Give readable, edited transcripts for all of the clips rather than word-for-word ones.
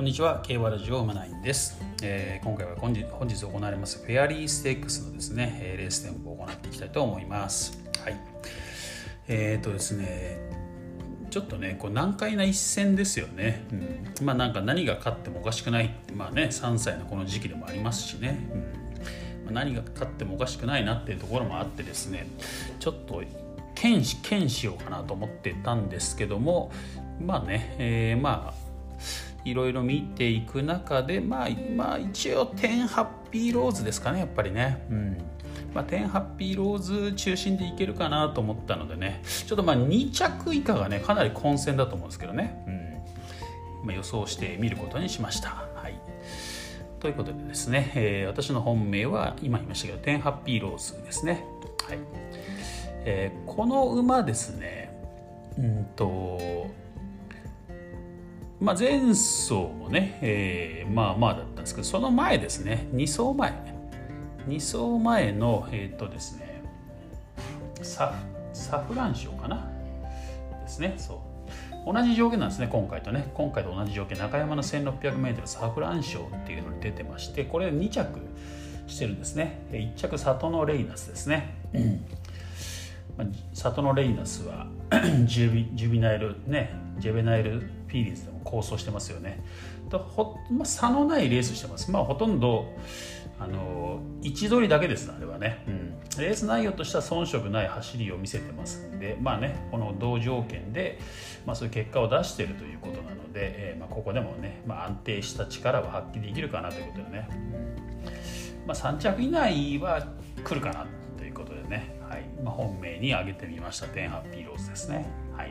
こんにちは、競馬ラジオ馬ナインです。今回は本日行われますフェアリーステークスのですね、レース展望を行っていきたいと思います。はい。ですね、ちょっとね、難解な一戦ですよね。なんか何が勝ってもおかしくない。3歳のこの時期でもありますしね。何が勝ってもおかしくないなっていうところもあってですね、ちょっと検しようかなと思ってたんですけども、いろいろ見ていく中で一応10ハッピーローズですかね、やっぱりね。10ハッピーローズ中心でいけるかなと思ったのでね、ちょっと2着以下がねかなり混戦だと思うんですけどね、予想してみることにしました。はい。ということでですね、私の本命は今言いましたけど10ハッピーローズですね。はい。この馬ですね、前走もね、だったんですけど、その前ですね、2走前のですね、サフラン賞かなですね。そう同じ条件なんですね、今回と同じ条件、中山の 1600m サフラン賞っていうのに出てまして、これ2着してるんですね。1着サトノレイナスですね。サトノレイナスはジェベナイルフィーリーズでも構想してますよね。差のないレースしてます。ほとんど位置取りだけです、あれはね。レース内容としては遜色ない走りを見せてますんで、この同条件で、そういう結果を出しているということなので、ここでもね、安定した力を発揮できるかなということでね、3着以内は来るかなということでね、はい。本命に挙げてみました10ハッピーローズですね。はい。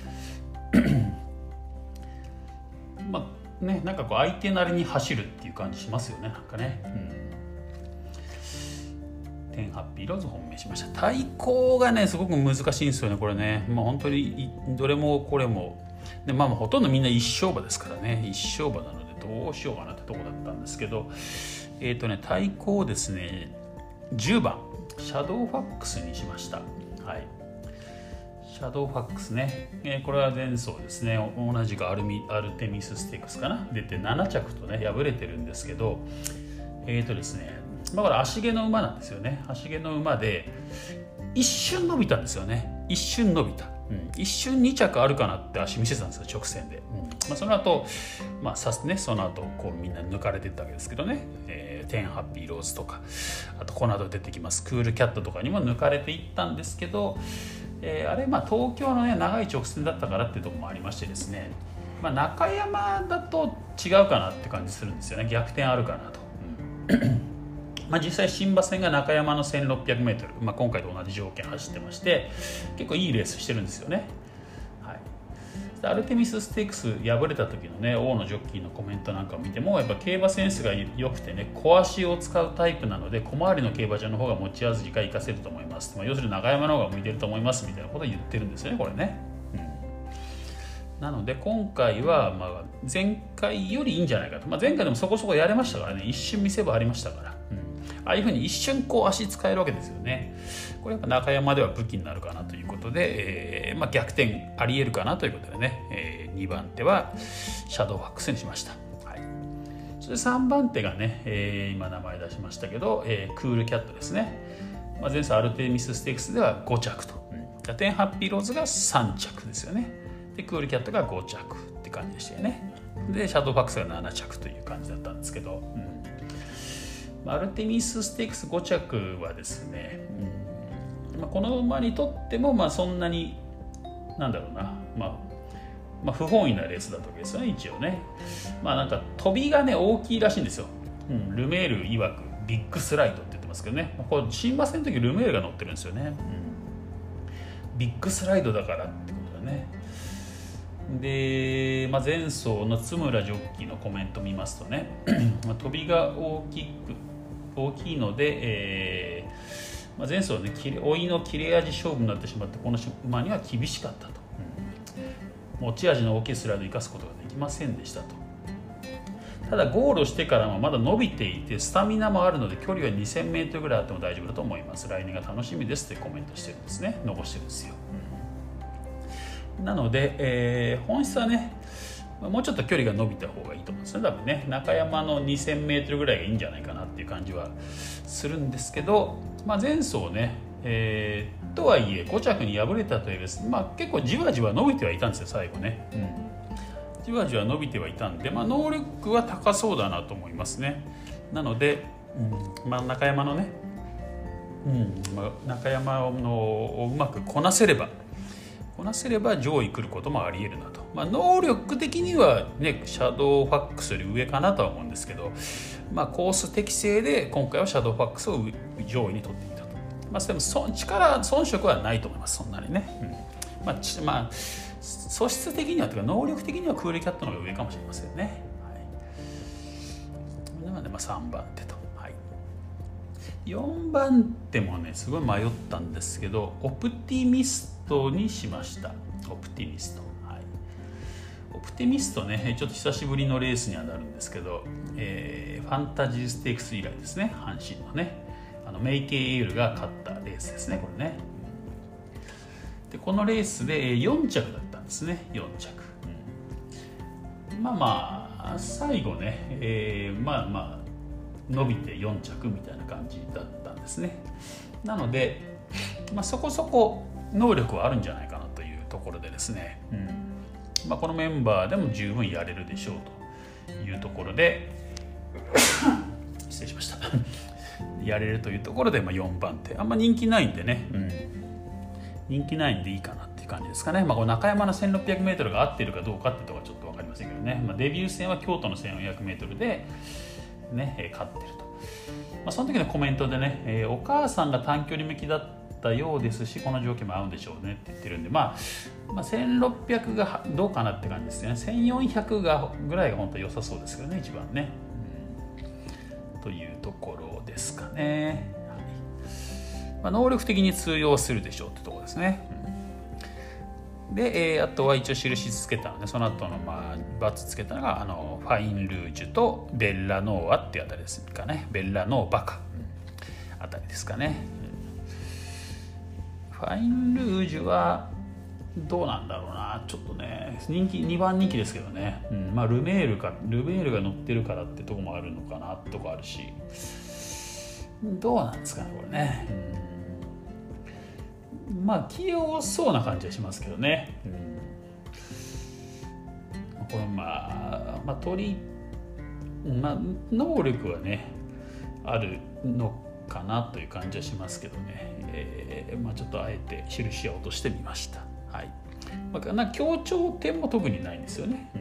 なんか相手なりに走るっていう感じしますよね、なんかね。10ハッピーローズ本命しました。対抗がねすごく難しいんですよね、これね。本当にどれもこれもで、ほとんどみんな一勝馬ですからね。一勝馬なのでどうしようかなってとこだったんですけど、対抗ですね、10番シャドウファックスにしました。はい。シャドウファックスね、これは前走ですね、同じくアルテミスステークスかな出て7着とね敗れてるんですけど、ですね、これ足毛の馬なんですよね。足毛の馬で一瞬伸びたんですよね。一瞬一瞬2着あるかなって足見せてたんですよ、直線で。その後その後みんな抜かれていったわけですけどね、10ハッピーローズとか、あとこの後出てきますクールキャットとかにも抜かれていったんですけど、あれ東京のね長い直線だったからっていうところもありましてですね、中山だと違うかなって感じするんですよね。逆転あるかなと。実際新馬戦が中山の 1600m、今回と同じ条件走ってまして、結構いいレースしてるんですよね。はい。アルテミスステークス敗れた時のね大野ジョッキーのコメントなんかを見ても、やっぱ競馬センスが良くてね、小足を使うタイプなので小回りの競馬場の方が持ち味が活かせると思います、要するに中山の方が向いてると思いますみたいなことを言ってるんですよね、これね。なので今回は前回よりいいんじゃないかと。前回でもそこそこやれましたからね、一瞬見せ場ありましたから、ああいうふうに一瞬足使えるわけですよね。これやっぱ中山では武器になるかなということで、逆転ありえるかなということでね、2番手はシャドウファックスにしました。はい。それで3番手がね、今名前出しましたけど、クールキャットですね。前走アルテミスステークスでは5着と、10ハッピーローズが3着ですよね。でクールキャットが5着って感じでしたよね。でシャドウファックスが7着という感じだったんですけど、アルテミスステークス5着はですね、この馬にとってもそんなに不本意なレースだったわけですよね、一応ね。なんか飛びがね大きいらしいんですよ。ルメール曰くビッグスライドって言ってますけどね、これ新馬戦の時ルメールが乗ってるんですよね。ビッグスライドだからってことだね。で、前走の津村ジョッキーのコメント見ますとね飛びが大きいので、前走はね追いの切れ味勝負になってしまって、この馬には厳しかったと、持ち味の大きいスライドを生かすことができませんでしたと。ただゴールしてからもまだ伸びていてスタミナもあるので、距離は 2000m ぐらいあっても大丈夫だと思います。来年が楽しみですというコメントしてるんですね、残してるんですよ。なので、本質はねもうちょっと距離が伸びた方がいいと思うんですね。多分ね、中山の 2000m ぐらいがいいんじゃないかなっていう感じはするんですけど、前走ね、とはいえ5着に敗れたというです、結構じわじわ伸びてはいたんですよ最後ね、じわじわ伸びてはいたんで、能力は高そうだなと思いますね。なので、中山のね、中山のをうまくこなせれば上位来ることもありえるなと。能力的にはねシャドウファックスより上かなとは思うんですけど、コース適正で今回はシャドウファックスを上位に取ってみたと。でも遜色はないと思います、そんなにね。素質的にはというか能力的にはクールキャットの方が上かもしれませんね。なので3番手と。4番手もねすごい迷ったんですけど、オプティミストにしました。オプティミスト、オプティミストね、ちょっと久しぶりのレースにはなるんですけど、ファンタジーステークス以来ですね、阪神のね、メイケイエールが勝ったレースですね、これね。でこのレースで4着だったんですね、4着。最後ね、伸びて4着みたいな感じだったんですね。なので、そこそこ能力はあるんじゃないかなというところでですね、このメンバーでも十分やれるでしょうというところで失礼しましたやれるというところで、4番手あんま人気ないんでね、人気ないんでいいかなっていう感じですかね。この中山の 1600m が合っているかどうかっていうところはちょっと分かりませんけどね、デビュー戦は京都の 1400m でね、勝ってると。その時のコメントでね、お母さんが短距離向きだったようですし、この条件も合うんでしょうねって言ってるんで、1600がどうかなって感じですね。1400がぐらいが本当に良さそうですけどね、一番ね、というところですかね。能力的に通用するでしょうってところですね。で、あとは一応印つけたので、その後のバツつけたのがファインルージュとベッラノーアっていうあたりですかね。ベッラノーバカあたりですかね。ファインルージュはどうなんだろうな、ちょっとね人気2番人気ですけどね、ルメールが乗ってるからってとこもあるのかなってとこあるし、どうなんですかねこれね。器用そうな感じはしますけどね。これ能力はねあるのかなという感じはしますけどね、ちょっとあえて印は落としてみました。強調点も特にないんですよね。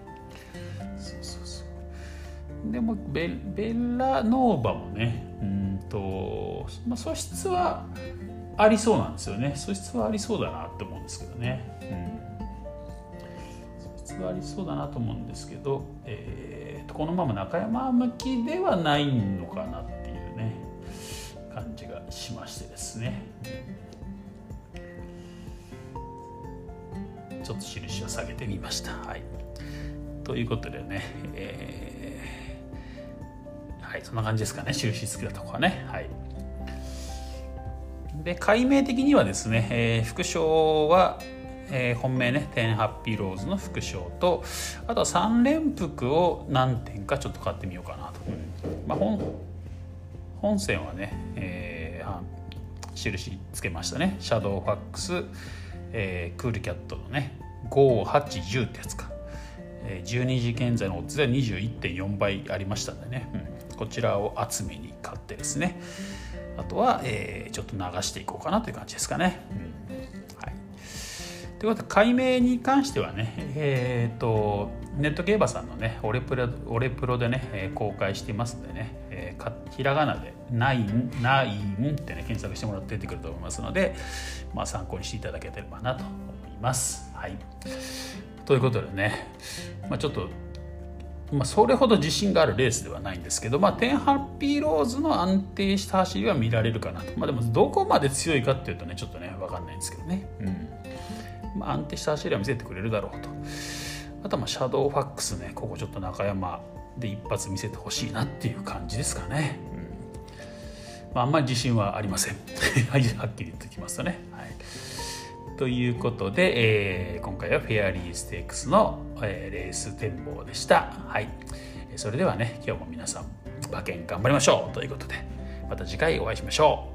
でもベラノーバもね、素質はありそうなんですよね。素質はありそうだなって思うんですけどね。素質はありそうだなと思うんですけど、このまま中山向きではないのかなっていうね感じがしましてですね。ちょっと印を下げてみました。ということでね、そんな感じですかね、印つけたところはね。で解明的にはですね、副賞は、本命ね10ハッピーローズの副賞と、あとは3連複を何点かちょっと買ってみようかなと。本戦はね、印つけましたね。シャドウファックス、クールキャットのね5、8、10ってやつか、12時現在のオッズでは 21.4 倍ありましたんでね、こちらを集めに買ってですね、あとは、ちょっと流していこうかなという感じですかね。ということで解明に関してはね、ネット競馬さんのねオレプロでね、公開していますのでね、ひらがなでナインってね検索してもらって出てくると思いますので、参考にしていただければなと思います。ということでね、ちょっとそれほど自信があるレースではないんですけど、10ハッピーローズの安定した走りは見られるかなと。でもどこまで強いかっていうとねちょっとね分かんないんですけどね、安定した走りは見せてくれるだろうと。あとはシャドウファックスね、ここちょっと中山で一発見せてほしいなっていう感じですかね。あんまり自信はありませんはっきり言ってきますとね。ということで、今回はフェアリーステークスの、 レース展望でした。はい、それではね、今日も皆さん馬券頑張りましょうということで、また次回お会いしましょう。